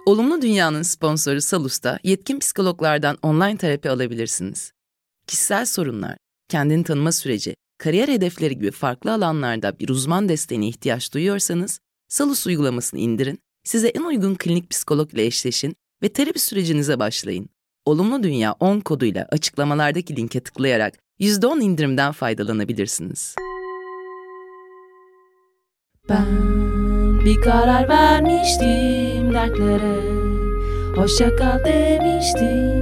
Olumlu Dünya'nın sponsoru Salus'ta yetkin psikologlardan online terapi alabilirsiniz. Kişisel sorunlar, kendini tanıma süreci, kariyer hedefleri gibi farklı alanlarda bir uzman desteğine ihtiyaç duyuyorsanız, Salus uygulamasını indirin, size en uygun klinik psikolog ile eşleşin ve terapi sürecinize başlayın. Olumlu Dünya 10 koduyla açıklamalardaki linke tıklayarak %10 indirimden faydalanabilirsiniz. Ben bir karar vermiştim dertlere, hoşça kal demiştim.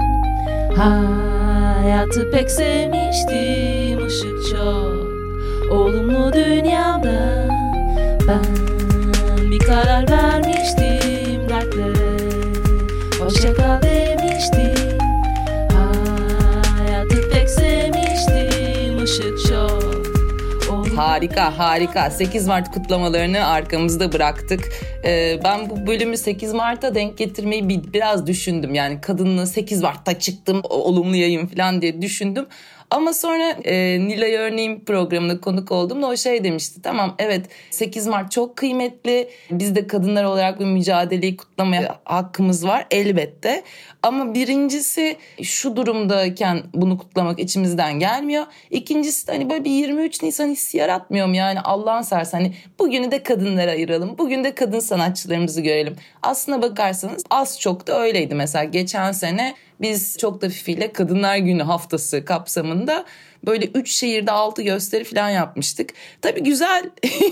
Hayatı pek sevmiştim, ışık çok olumlu dünyada. Ben bir karar vermiştim dertlere, hoşça kal demiştim. Hayatı pek sevmiştim, ışık çok. Harika. 8 Mart kutlamalarını arkamızda bıraktık. Ben bu bölümü 8 Mart'a denk getirmeyi biraz düşündüm. Yani kadınlığı 8 Mart'ta çıktım, olumlu yayın falan diye düşündüm. Ama sonra Nilay Örneğin programına konuk olduğumda o şey demişti. Tamam, evet, 8 Mart çok kıymetli. Biz de kadınlar olarak bu mücadeleyi kutlamaya hakkımız var elbette. Ama birincisi şu durumdayken bunu kutlamak içimizden gelmiyor. İkincisi de hani böyle bir 23 Nisan hissi yaratmıyor mu? Yani Allah'ın seversen hani bugünü de kadınlara ayıralım. Bugün de kadın sanatçılarımızı görelim. Aslına bakarsanız az çok da öyleydi. Mesela geçen sene biz çok da Fifi'yle Kadınlar Günü haftası kapsamında böyle 3 şehirde 6 gösteri falan yapmıştık. Tabii güzel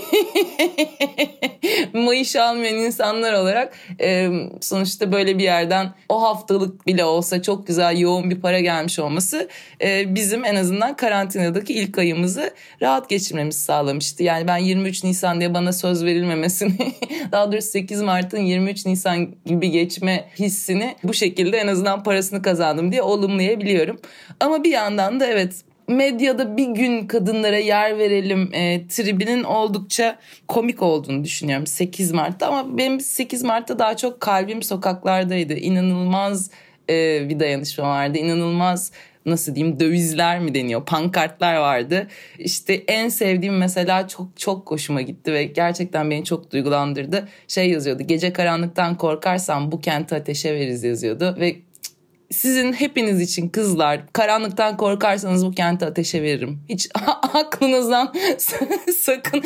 maaş almayan insanlar olarak sonuçta böyle bir yerden o haftalık bile olsa çok güzel yoğun bir para gelmiş olması bizim en azından karantinadaki ilk ayımızı rahat geçirmemizi sağlamıştı. Yani ben 23 Nisan diye bana söz verilmemesini daha doğrusu 8 Mart'ın 23 Nisan gibi geçme hissini bu şekilde en azından parasını kazandım diye olumlayabiliyorum. Ama bir yandan da evet, medyada bir gün kadınlara yer verelim tribinin oldukça komik olduğunu düşünüyorum 8 Mart'ta. Ama benim 8 Mart'ta daha çok kalbim sokaklardaydı. İnanılmaz bir dayanışma vardı. İnanılmaz, nasıl diyeyim, dövizler mi deniyor, pankartlar vardı. İşte en sevdiğim mesela çok hoşuma gitti ve gerçekten beni çok duygulandırdı. Şey yazıyordu, gece karanlıktan korkarsan bu kenti ateşe veririz yazıyordu ve sizin hepiniz için kızlar, karanlıktan korkarsanız bu kenti ateşe veririm. Hiç aklınızdan sakın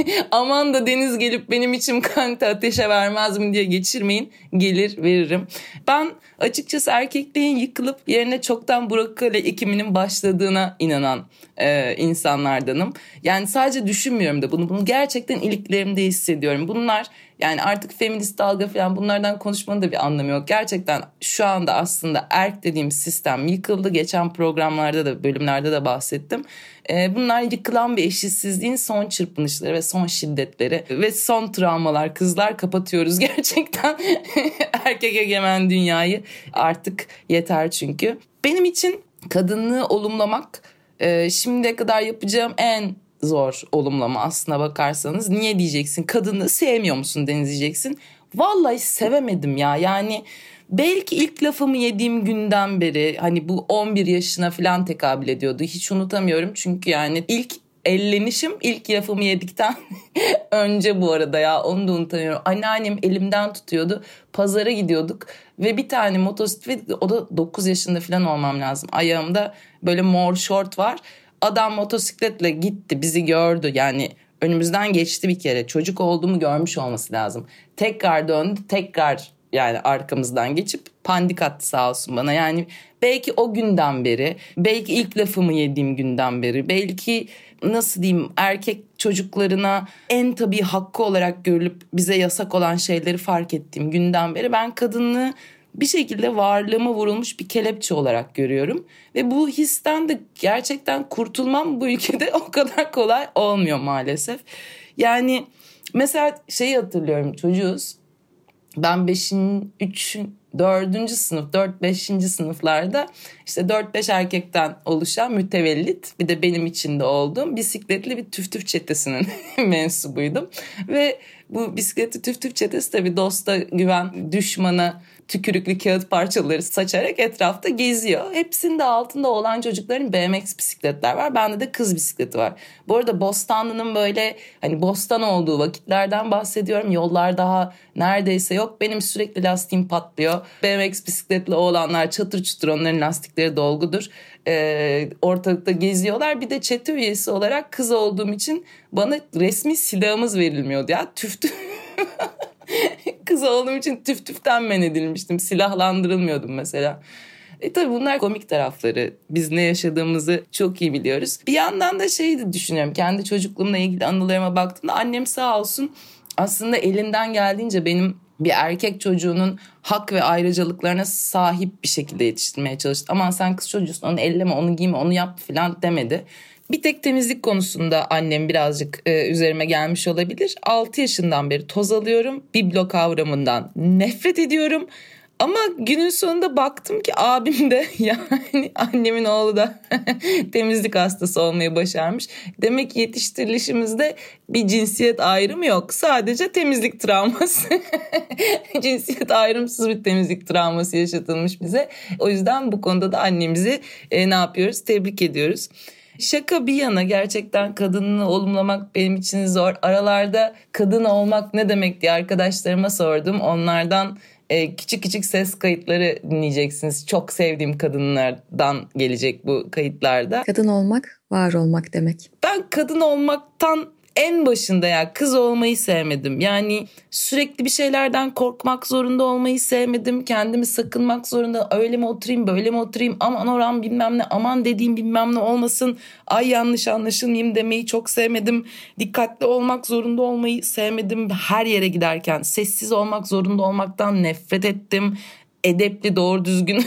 aman da Deniz gelip benim için kenti ateşe vermez mi diye geçirmeyin. Gelir, veririm. Ben açıkçası erkekliğin yıkılıp yerine çoktan brokoli ekiminin başladığına inanan insanlardanım. Yani sadece düşünmüyorum da bunu gerçekten iliklerimde hissediyorum. Bunlar yani artık feminist dalga falan, bunlardan konuşmanın da bir anlamı yok. Gerçekten şu anda aslında erk dediğimiz sistem yıkıldı. Geçen programlarda da, bölümlerde de bahsettim. Bunlar yıkılan bir eşitsizliğin son çırpınışları ve son şiddetleri ve son travmalar. Kızlar, kapatıyoruz gerçekten erkek egemen dünyayı. Artık yeter çünkü. Benim için kadınlığı olumlamak şimdiye kadar yapacağım en zor olumlama aslına bakarsanız. Niye diyeceksin? Kadını sevmiyor musun Deniz diyeceksin. Vallahi sevemedim ya. Yani belki ilk lafımı yediğim günden beri, hani bu 11 yaşına falan tekabül ediyordu. Hiç unutamıyorum çünkü yani ilk ellenişim ilk lafımı yedikten önce bu arada, ya onu da unutamıyorum. Anneannem elimden tutuyordu. Pazara gidiyorduk ve bir tane motosiklet, o da 9 yaşında falan olmam lazım. Ayağımda böyle mor şort var. Adam motosikletle gitti, bizi gördü, yani önümüzden geçti bir kere. Çocuk olduğumu görmüş olması lazım. Tekrar döndü, tekrar yani arkamızdan geçip pandik attı sağ olsun bana. Yani belki o günden beri, belki ilk lafımı yediğim günden beri, belki nasıl diyeyim, erkek çocuklarına en tabii hakkı olarak görülüp bize yasak olan şeyleri fark ettiğim günden beri ben kadınlığı bir şekilde varlığıma vurulmuş bir kelepçe olarak görüyorum. Ve bu histen de gerçekten kurtulmam bu ülkede o kadar kolay olmuyor maalesef. Yani mesela şeyi hatırlıyorum, çocuğuz. Ben 4. sınıf, 4-5. sınıflarda işte 4-5 erkekten oluşan mütevellit, bir de benim içinde olduğum bisikletli bir tüf tüf çetesinin mensubuydum. Ve bu bisikletli tüf tüf çetesi tabii dosta güven, düşmana tükürüklü kağıt parçaları saçarak etrafta geziyor. Hepsinin de altında olan çocukların BMX bisikletler var. Bende de kız bisikleti var. Bu arada Bostanlı'nın böyle hani bostan olduğu vakitlerden bahsediyorum. Yollar daha neredeyse yok. Benim sürekli lastiğim patlıyor. BMX bisikletli oğlanlar çatır çutur, onların lastikleri dolgudur. Ortalıkta geziyorlar. Bir de çete üyesi olarak kız olduğum için bana resmi silahımız verilmiyordu ya. Tüftü. Kız olduğum için tüften men edilmiştim. Silahlandırılmıyordum mesela. Tabii bunlar komik tarafları. Biz ne yaşadığımızı çok iyi biliyoruz. Bir yandan da şeyi de düşünüyorum. Kendi çocukluğumla ilgili anılarıma baktığımda annem sağ olsun aslında elinden geldiğince benim bir erkek çocuğunun hak ve ayrıcalıklarına sahip bir şekilde yetiştirmeye çalıştı. Aman sen kız çocuğusun, onu elleme, onu giyme, onu yap falan demedi. Bir tek temizlik konusunda annem birazcık üzerime gelmiş olabilir. 6 yaşından beri toz alıyorum. Biblo kavramından nefret ediyorum. Ama günün sonunda baktım ki abim de yani annemin oğlu da temizlik hastası olmayı başarmış. Demek ki yetiştirilişimizde bir cinsiyet ayrımı yok. Sadece temizlik travması. Cinsiyet ayrımsız bir temizlik travması yaşatılmış bize. O yüzden bu konuda da annemizi ne yapıyoruz? Tebrik ediyoruz. Şaka bir yana gerçekten kadını olumlamak benim için zor. Aralarda kadın olmak ne demek diye arkadaşlarıma sordum. Onlardan küçük küçük ses kayıtları dinleyeceksiniz. Çok sevdiğim kadınlardan gelecek bu kayıtlarda. Kadın olmak, var olmak demek. Ben kadın olmaktan en başında ya kız olmayı sevmedim. Yani sürekli bir şeylerden korkmak zorunda olmayı sevmedim. Kendimi sakınmak zorunda, öyle mi oturayım böyle mi oturayım, aman oram bilmem ne, aman dediğim bilmem ne olmasın, ay yanlış anlaşılmayayım demeyi çok sevmedim. Dikkatli olmak zorunda olmayı sevmedim. Her yere giderken sessiz olmak zorunda olmaktan nefret ettim. Edepli, doğru düzgün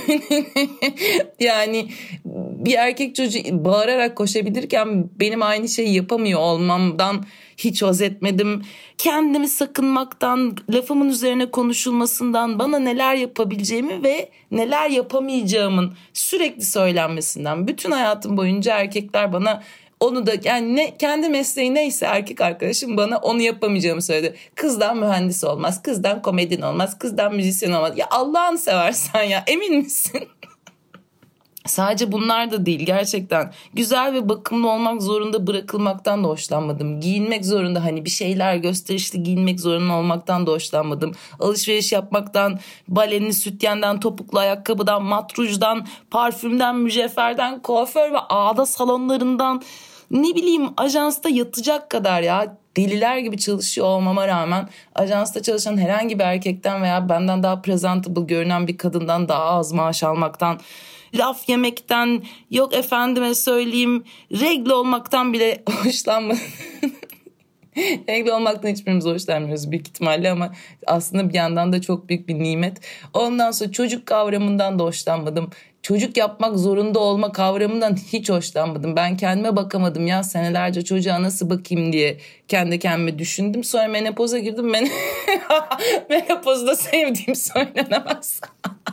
yani bir erkek çocuğu bağırarak koşabilirken benim aynı şeyi yapamıyor olmamdan hiç haz etmedim. Kendimi sakınmaktan, lafımın üzerine konuşulmasından, bana neler yapabileceğimi ve neler yapamayacağımın sürekli söylenmesinden. Bütün hayatım boyunca erkekler bana onu da yani kendi mesleği neyse erkek arkadaşım bana onu yapamayacağımı söyledi. Kızdan mühendis olmaz, kızdan komedyen olmaz, kızdan müzisyen olmaz. Ya Allah'ını seversen ya, emin misin? Sadece bunlar da değil, gerçekten güzel ve bakımlı olmak zorunda bırakılmaktan da hoşlanmadım. Giyinmek zorunda, hani bir şeyler gösterişli giyinmek zorunda olmaktan da hoşlanmadım. Alışveriş yapmaktan, balenli sütyenden, topuklu ayakkabıdan, matrujdan, parfümden, mücevherden, kuaför ve ağda salonlarından, ne bileyim ajansta yatacak kadar ya deliler gibi çalışıyor olmama rağmen ajansta çalışan herhangi bir erkekten veya benden daha presentable görünen bir kadından daha az maaş almaktan, laf yemekten, yok efendime söyleyeyim regle olmaktan bile hoşlanmadım. Regle olmaktan hiçbirimiz hoşlanmıyoruz büyük ihtimalle ama aslında bir yandan da çok büyük bir nimet. Ondan sonra çocuk kavramından da hoşlanmadım. Çocuk yapmak zorunda olma kavramından hiç hoşlanmadım. Ben kendime bakamadım ya, senelerce çocuğa nasıl bakayım diye kendi kendime düşündüm. Sonra menopoza girdim. Menopozda sevdiğim söylenemez.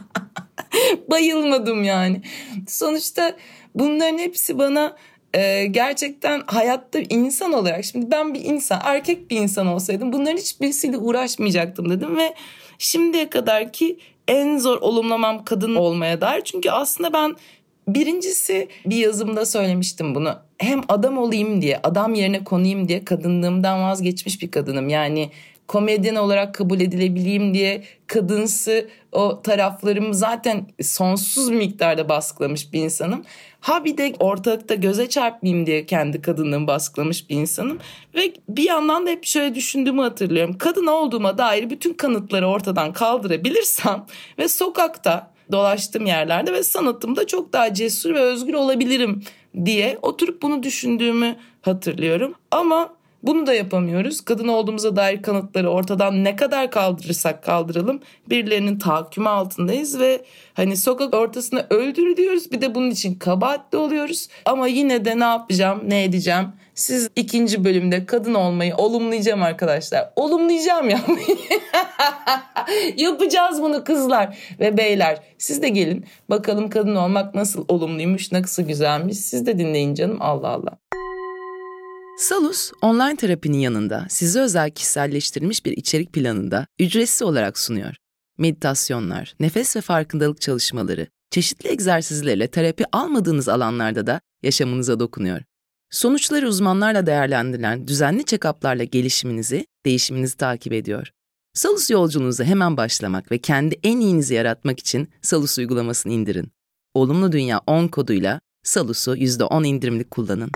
Bayılmadım yani. Sonuçta bunların hepsi bana gerçekten hayatta insan olarak, şimdi ben bir insan, erkek bir insan olsaydım bunların hiçbirisiyle uğraşmayacaktım dedim ve şimdiye kadar ki en zor olumlamam kadın olmaya dair. Çünkü aslında ben birincisi bir yazımda söylemiştim bunu. Hem adam olayım diye, adam yerine konayım diye kadınlığımdan vazgeçmiş bir kadınım. Yani komedyen olarak kabul edilebileyim diye kadınsı o taraflarımı zaten sonsuz bir miktarda baskılamış bir insanım. Ha bir de ortalıkta göze çarpmayayım diye kendi kadınlığımı baskılamış bir insanım. Ve bir yandan da hep şöyle düşündüğümü hatırlıyorum. Kadın olduğuma dair bütün kanıtları ortadan kaldırabilirsem ve sokakta dolaştığım yerlerde ve sanatımda çok daha cesur ve özgür olabilirim diye oturup bunu düşündüğümü hatırlıyorum. Ama bunu da yapamıyoruz. Kadın olduğumuza dair kanıtları ortadan ne kadar kaldırırsak kaldıralım birilerinin tahakkümü altındayız ve hani sokak ortasında öldürülüyoruz. Bir de bunun için kabahatli oluyoruz. Ama yine de ne yapacağım, ne edeceğim? Siz 2. bölümde kadın olmayı olumlayacağım arkadaşlar. Olumlayacağım ya. Yapacağız bunu kızlar ve beyler. Siz de gelin bakalım kadın olmak nasıl olumluymuş, nasıl güzelmiş. Siz de dinleyin canım, Allah Allah. Salus, online terapinin yanında size özel kişiselleştirilmiş bir içerik planında ücretsiz olarak sunuyor. meditasyonlar, nefes ve farkındalık çalışmaları, çeşitli egzersizlerle terapi almadığınız alanlarda da yaşamınıza dokunuyor. Sonuçları uzmanlarla değerlendirilen düzenli check-up'larla gelişiminizi, değişiminizi takip ediyor. Salus yolculuğunuza hemen başlamak ve kendi en iyinizi yaratmak için Salus uygulamasını indirin. Olumlu Dünya 10 koduyla Salus'u %10 indirimli kullanın.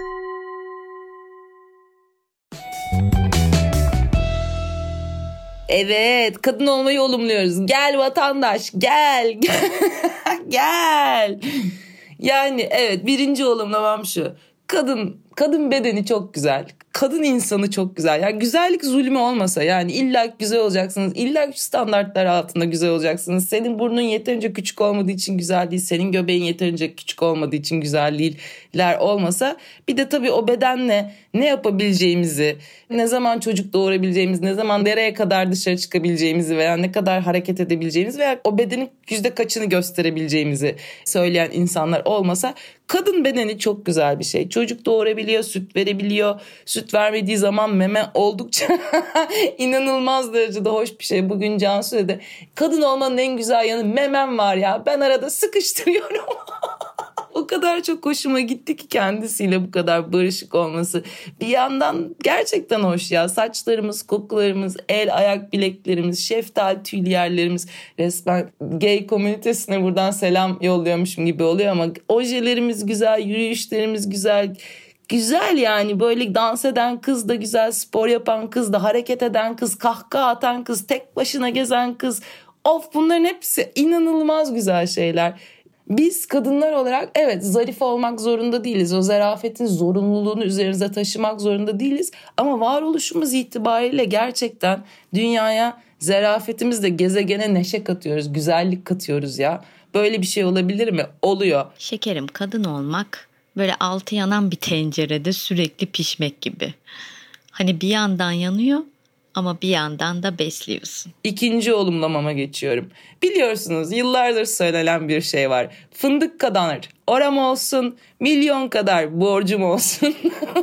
Evet, kadın olmayı olumluyoruz. Gel vatandaş, gel. Gel. Yani evet, birinci olumlamam şu. Kadın bedeni çok güzel. Kadın insanı çok güzel. Yani güzellik zulmü olmasa, yani illa güzel olacaksınız. İlla standartlar altında güzel olacaksınız. Senin burnun yeterince küçük olmadığı için güzel değil. Senin göbeğin yeterince küçük olmadığı için güzel değiller olmasa. Bir de tabii o bedenle ne yapabileceğimizi, ne zaman çocuk doğurabileceğimizi, ne zaman nereye kadar dışarı çıkabileceğimizi veya ne kadar hareket edebileceğimizi veya o bedenin %kaçını gösterebileceğimizi söyleyen insanlar olmasa, kadın bedeni çok güzel bir şey. Çocuk doğurabiliyor, süt verebiliyor. Süt vermediği zaman meme oldukça inanılmaz derecede hoş bir şey. Bugün Cansu dedi, kadın olmanın en güzel yanı memem var ya. Ben arada sıkıştırıyorum. O kadar çok hoşuma gitti ki kendisiyle bu kadar barışık olması. Bir yandan gerçekten hoş ya. Saçlarımız, kokularımız, el ayak bileklerimiz, şeftali tüylü yerlerimiz. Resmen gay komünitesine buradan selam yolluyormuşum gibi oluyor ama ojelerimiz güzel, yürüyüşlerimiz güzel. Güzel yani, böyle dans eden kız da güzel, spor yapan kız da, hareket eden kız, kahkaha atan kız, tek başına gezen kız. Of, bunların hepsi inanılmaz güzel şeyler. Biz kadınlar olarak evet zarif olmak zorunda değiliz. O zarafetin zorunluluğunu üzerimize taşımak zorunda değiliz. Ama varoluşumuz itibariyle gerçekten dünyaya zarafetimizle gezegene neşe katıyoruz, güzellik katıyoruz ya. Böyle bir şey olabilir mi? Oluyor. Şekerim, kadın olmak böyle altı yanan bir tencerede sürekli pişmek gibi. Hani bir yandan yanıyor ama bir yandan da besliyorsun. İkinci olumlamama geçiyorum. Biliyorsunuz yıllardır söylenen bir şey var. Fındık kadar oram olsun, milyon kadar borcum olsun.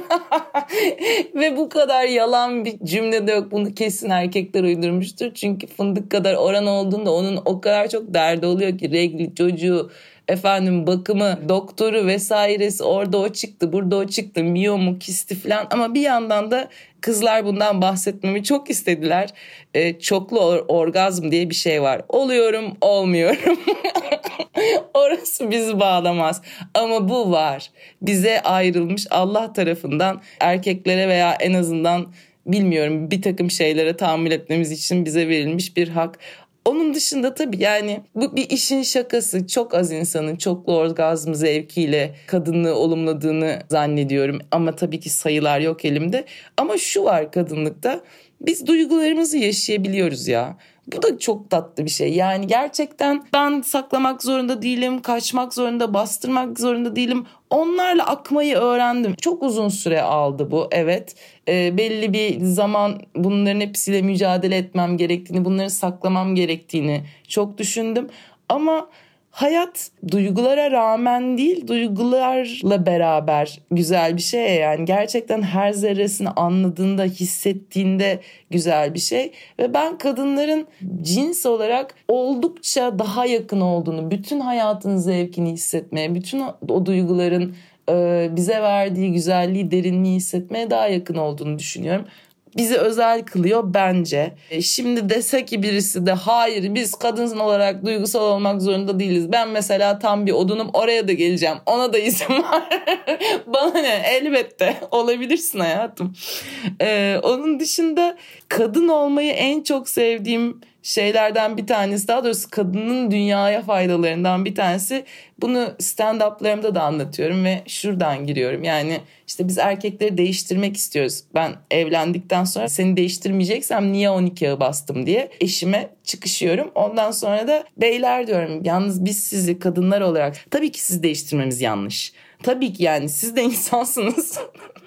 Ve bu kadar yalan bir cümle de yok. Bunu kesin erkekler uydurmuştur. Çünkü fındık kadar oran olduğunda onun o kadar çok derdi oluyor ki, regli, çocuğu, bakımı, doktoru vesairesi, orada o çıktı, burada o çıktı, miyomu, kisti falan. Ama bir yandan da kızlar bundan bahsetmemi çok istediler. Çoklu orgazm diye bir şey var. Oluyorum, olmuyorum. Orası bizi bağlamaz. Ama bu var. Bize ayrılmış Allah tarafından, erkeklere veya en azından bilmiyorum bir takım şeylere tahammül etmemiz için bize verilmiş bir hak. Onun dışında tabii yani bu bir işin şakası. Çok az insanın çoklu orgazm zevkiyle kadınlığı olumladığını zannediyorum. Ama tabii ki sayılar yok elimde. Ama şu var kadınlıkta, biz duygularımızı yaşayabiliyoruz ya. Bu da çok tatlı bir şey. Yani gerçekten ben saklamak zorunda değilim, kaçmak zorunda, bastırmak zorunda değilim. Onlarla akmayı öğrendim. Çok uzun süre aldı bu, evet. Belli bir zaman bunların hepsiyle mücadele etmem gerektiğini, bunları saklamam gerektiğini çok düşündüm. Ama hayat duygulara rağmen değil, duygularla beraber güzel bir şey. Yani gerçekten her zerresini anladığında, hissettiğinde güzel bir şey. Ve ben kadınların cins olarak oldukça daha yakın olduğunu, bütün hayatın zevkini hissetmeye, bütün o duyguların bize verdiği güzelliği, derinliği hissetmeye daha yakın olduğunu düşünüyorum. Bizi özel kılıyor bence. Şimdi dese ki birisi de hayır biz kadın olarak duygusal olmak zorunda değiliz. Ben mesela tam bir odunum, oraya da geleceğim. Ona da izin var. Bana ne? Elbette olabilirsin hayatım. Onun dışında kadın olmayı en çok sevdiğim şeylerden bir tanesi, daha doğrusu kadının dünyaya faydalarından bir tanesi. Bunu stand-up'larımda da anlatıyorum ve şuradan giriyorum. Yani işte biz erkekleri değiştirmek istiyoruz. Ben evlendikten sonra seni değiştirmeyeceksem niye 12'ye bastım diye eşime çıkışıyorum. Ondan sonra da beyler diyorum, yalnız biz sizi kadınlar olarak tabii ki sizi değiştirmemiz yanlış. Tabii ki yani siz de insansınız.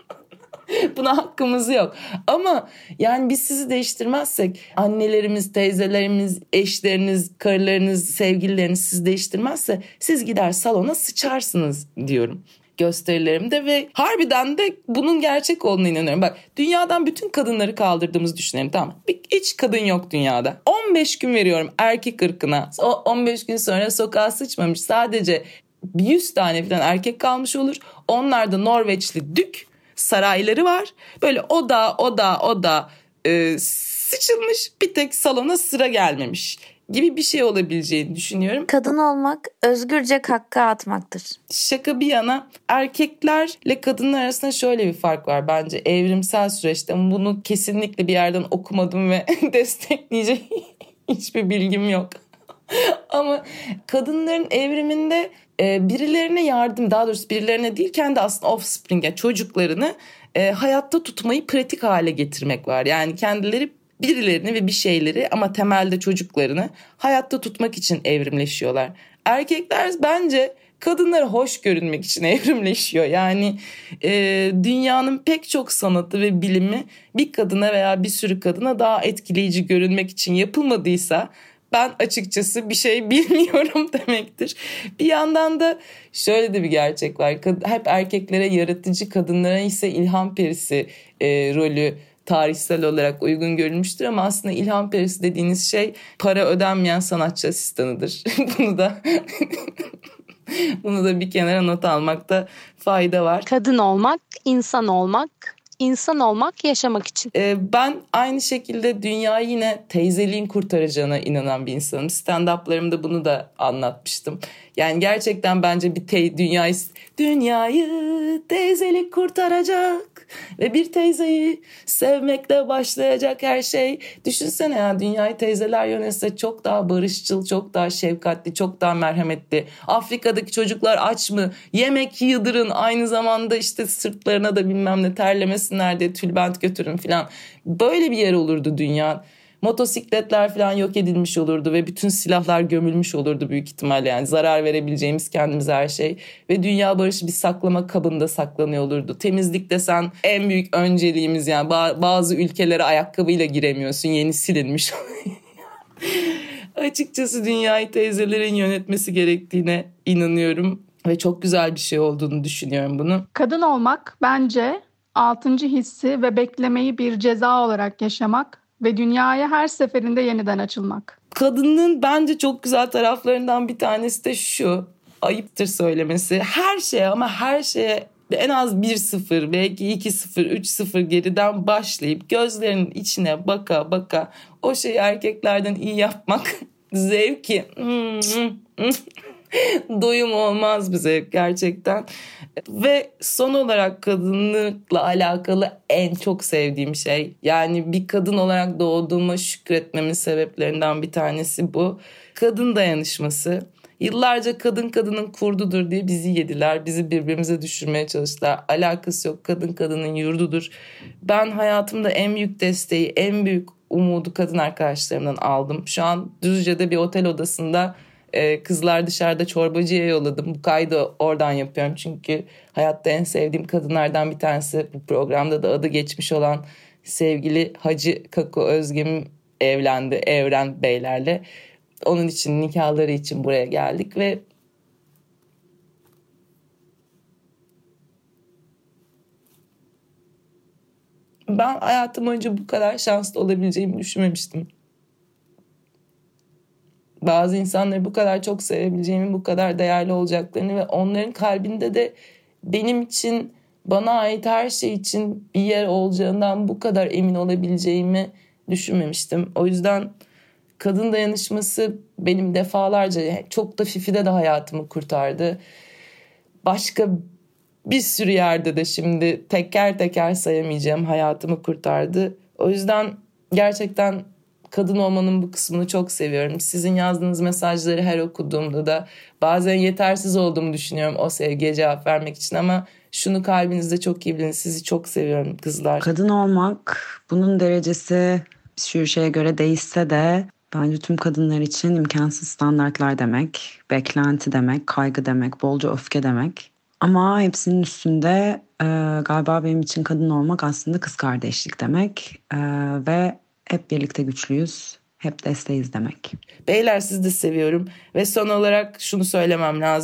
Buna hakkımız yok. Ama yani biz sizi değiştirmezsek, annelerimiz, teyzelerimiz, eşleriniz, karılarınız, sevgilileriniz sizi değiştirmezse siz gider salona sıçarsınız diyorum. gösterilerimde ve harbiden de bunun gerçek olduğuna inanıyorum. Bak, dünyadan bütün kadınları kaldırdığımızı düşünelim, tamam mı? Hiç kadın yok dünyada. 15 gün veriyorum erkek ırkına. O 15 gün sonra sokağa sıçmamış sadece 100 tane falan erkek kalmış olur. Onlar da Norveçli dük sarayları var. Böyle oda sıçılmış, bir tek salona sıra gelmemiş gibi bir şey olabileceğini düşünüyorum. Kadın olmak özgürce kakka atmaktır. Şaka bir yana, erkeklerle kadınlar arasında şöyle bir fark var bence evrimsel süreçte. Ama bunu kesinlikle bir yerden okumadım ve destekleyecek hiçbir bilgim yok. Ama kadınların evriminde birilerine yardım, daha doğrusu birilerine değil, kendi aslında offspring'e, çocuklarını hayatta tutmayı pratik hale getirmek var. Yani kendileri birilerini ve bir şeyleri, ama temelde çocuklarını hayatta tutmak için evrimleşiyorlar. Erkekler bence kadınlara hoş görünmek için evrimleşiyor. Yani dünyanın pek çok sanatı ve bilimi bir kadına veya bir sürü kadına daha etkileyici görünmek için yapılmadıysa ben açıkçası bir şey bilmiyorum demektir. Bir yandan da şöyle de bir gerçek var. Hep erkeklere yaratıcı, kadınlara ise ilham perisi rolü tarihsel olarak uygun görülmüştür, ama aslında ilham perisi dediğiniz şey para ödenmeyen sanatçı asistanıdır. Bunu da bir kenara not almakta fayda var. Kadın olmak, insan olmak yaşamak için. Ben aynı şekilde dünyayı yine teyzeliğin kurtaracağına inanan bir insanım. Stand-up'larımda bunu da anlatmıştım. Yani gerçekten bence bir dünyayı teyzelik kurtaracak ve bir teyzeyi sevmekle başlayacak her şey. Düşünsene ya, dünyayı teyzeler yönetse çok daha barışçıl, çok daha şefkatli, çok daha merhametli. Afrika'daki çocuklar aç mı? Yemek yıldırın, aynı zamanda işte sırtlarına da bilmem ne terlemesinler diye tülbent götürün falan. Böyle bir yer olurdu dünya. Motosikletler falan yok edilmiş olurdu ve bütün silahlar gömülmüş olurdu büyük ihtimalle. Yani zarar verebileceğimiz kendimize her şey. Ve dünya barışı bir saklama kabında saklanıyor olurdu. Temizlik desen en büyük önceliğimiz, yani bazı ülkelere ayakkabıyla giremiyorsun, yeni silinmiş. Açıkçası dünyayı teyzelerin yönetmesi gerektiğine inanıyorum ve çok güzel bir şey olduğunu düşünüyorum bunu. Kadın olmak bence 6. hissi ve beklemeyi bir ceza olarak yaşamak ve dünyaya her seferinde yeniden açılmak. Kadının bence çok güzel taraflarından bir tanesi de şu. Ayıptır söylemesi. Her şeye, ama her şeye en az 1-0, belki 2-0, 3-0 geriden başlayıp gözlerinin içine baka baka o şeyi erkeklerden iyi yapmak zevki. Doyum olmaz bir zevk gerçekten. Ve son olarak kadınlıkla alakalı en çok sevdiğim şey, yani bir kadın olarak doğduğuma şükretmemin sebeplerinden bir tanesi bu. Kadın dayanışması. Yıllarca kadın kadının kurdudur diye bizi yediler. Bizi birbirimize düşürmeye çalıştılar. Alakası yok. Kadın kadının yurdudur. Ben hayatımda en büyük desteği, en büyük umudu kadın arkadaşlarımdan aldım. Şu an Düzce'de bir otel odasında kızlar dışarıda çorbacıya yolladım. Bu kaydı oradan yapıyorum. Çünkü hayatta en sevdiğim kadınlardan bir tanesi, bu programda da adı geçmiş olan sevgili Hacı Kako Özgem evlendi Evren Beylerle. Onun için, nikahları için buraya geldik ve ben hayatım boyunca bu kadar şanslı olabileceğimi düşünmemiştim. Bazı insanları bu kadar çok sevebileceğimi, bu kadar değerli olacaklarını ve onların kalbinde de benim için, bana ait her şey için bir yer olacağından bu kadar emin olabileceğimi düşünmemiştim. O yüzden kadın dayanışması benim defalarca, çok da Fifi'de de hayatımı kurtardı. Başka bir sürü yerde de şimdi teker teker sayamayacağım hayatımı kurtardı. O yüzden gerçekten kadın olmanın bu kısmını çok seviyorum. Sizin yazdığınız mesajları her okuduğumda da bazen yetersiz olduğumu düşünüyorum o sevgiye cevap vermek için, ama şunu kalbinizde çok iyi bilin, sizi çok seviyorum kızlar. Kadın olmak, bunun derecesi bir sürü şeye göre değişse de bence tüm kadınlar için imkansız standartlar demek, beklenti demek, kaygı demek, bolca öfke demek. Ama hepsinin üstünde galiba benim için kadın olmak aslında kız kardeşlik demek ve hep birlikte güçlüyüz, hep desteğiz demek. Beyler, sizi de seviyorum ve son olarak şunu söylemem lazım.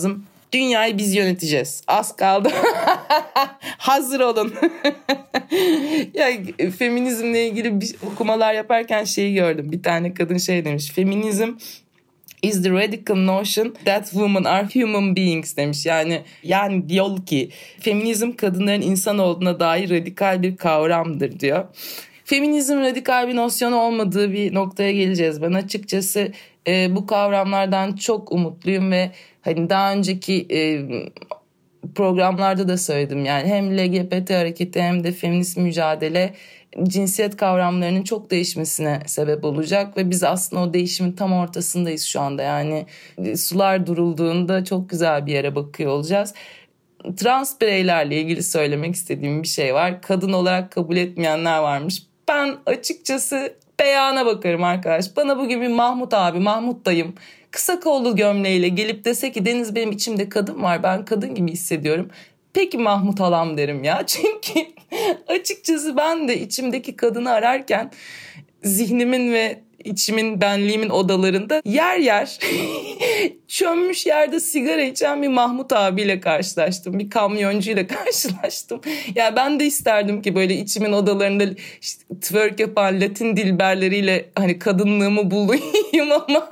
Dünyayı biz yöneteceğiz. Az kaldı. Hazır olun. Ya feminizmle ilgili bir okumalar yaparken şeyi gördüm. Bir tane kadın şey demiş. Feminizm is the radical notion that women are human beings demiş. Yani diyor ki feminizm kadınların insan olduğuna dair radikal bir kavramdır diyor. Feminizm radikal bir nosyon olmadığı bir noktaya geleceğiz. Ben açıkçası bu kavramlardan çok umutluyum ve hani daha önceki programlarda da söyledim. Yani hem LGBT hareketi hem de feminist mücadele cinsiyet kavramlarının çok değişmesine sebep olacak ve biz aslında o değişimin tam ortasındayız şu anda. Yani sular durulduğunda çok güzel bir yere bakıyor olacağız. Trans bireylerle ilgili söylemek istediğim bir şey var. Kadın olarak kabul etmeyenler varmış. Ben açıkçası beyana bakarım arkadaş. Bana bugün bir Mahmut abi, Mahmut dayım kısa kollu gömleğiyle gelip dese ki Deniz benim içimde kadın var, ben kadın gibi hissediyorum. Peki Mahmut halam derim ya. Çünkü açıkçası ben de içimdeki kadını ararken zihnimin ve içimin, benliğimin odalarında yer yer çömmüş yerde sigara içen bir Mahmut abiyle karşılaştım. Bir kamyoncuyla karşılaştım. Yani ben de isterdim ki böyle içimin odalarında işte twerk yapan Latin dilberleriyle hani kadınlığımı bulayım ama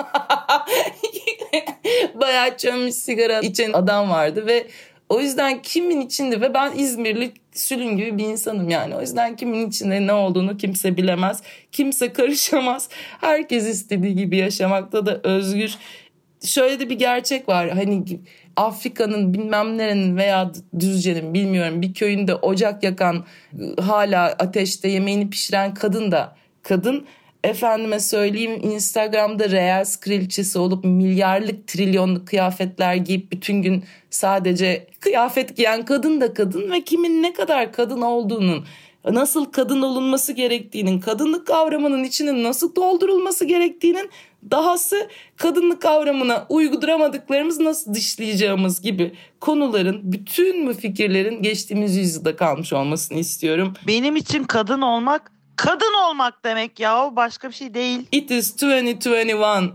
bayağı çömmüş sigara içen adam vardı ve o yüzden kimin içinde ve ben İzmirli sülün gibi bir insanım yani. O yüzden kimin içinde ne olduğunu kimse bilemez. Kimse karışamaz. Herkes istediği gibi yaşamakta da özgür. Şöyle de bir gerçek var. Hani Afrika'nın bilmem nerenin veya Düzce'nin bilmiyorum bir köyünde ocak yakan hala ateşte yemeğini pişiren kadın da kadın. Efendime söyleyeyim Instagram'da Reels kraliçesi olup milyarlık trilyonluk kıyafetler giyip bütün gün sadece kıyafet giyen kadın da kadın ve kimin ne kadar kadın olduğunun, nasıl kadın olunması gerektiğinin, kadınlık kavramının içinin nasıl doldurulması gerektiğinin dahası kadınlık kavramına uyduramadıklarımız nasıl dışlayacağımız gibi konuların bütün bu fikirlerin geçtiğimiz yüzyılda kalmış olmasını istiyorum. Benim için kadın olmak demek ya, başka bir şey değil. It is 2021.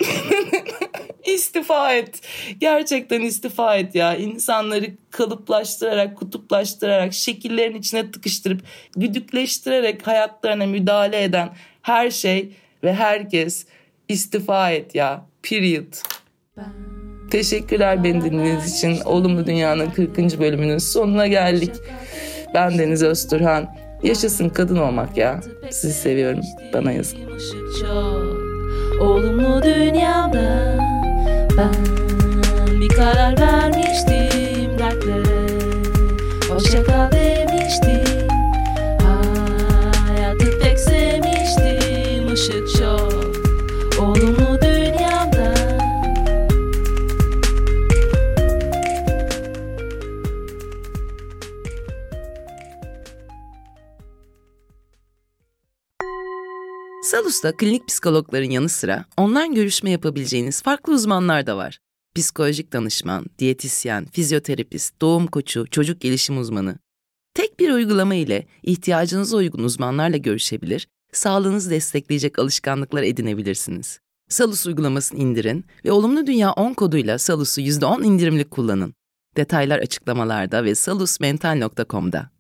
İstifa et. Gerçekten istifa et ya. İnsanları kalıplaştırarak, kutuplaştırarak, şekillerin içine tıkıştırıp, güdükleştirerek hayatlarına müdahale eden her şey ve herkes istifa et ya. Period. Teşekkürler beni dinlediğiniz için. Olumlu Dünya'nın 40. bölümünün sonuna geldik. Ben Deniz Özturhan. Yaşasın kadın olmak ya. Sizi seviyorum. Bana yazın. Olumlu dünyada ben bir karar vermiştim dertlere. Hoşça kal demiştim. Hayatı pek sevmiştim. Işık çok. Olumlu dünyada. Salus'ta klinik psikologların yanı sıra online görüşme yapabileceğiniz farklı uzmanlar da var. Psikolojik danışman, diyetisyen, fizyoterapist, doğum koçu, çocuk gelişim uzmanı. Tek bir uygulama ile ihtiyacınıza uygun uzmanlarla görüşebilir, sağlığınızı destekleyecek alışkanlıklar edinebilirsiniz. Salus uygulamasını indirin ve Olumlu Dünya 10 koduyla Salus'u %10 indirimli kullanın. Detaylar açıklamalarda ve salusmental.com'da.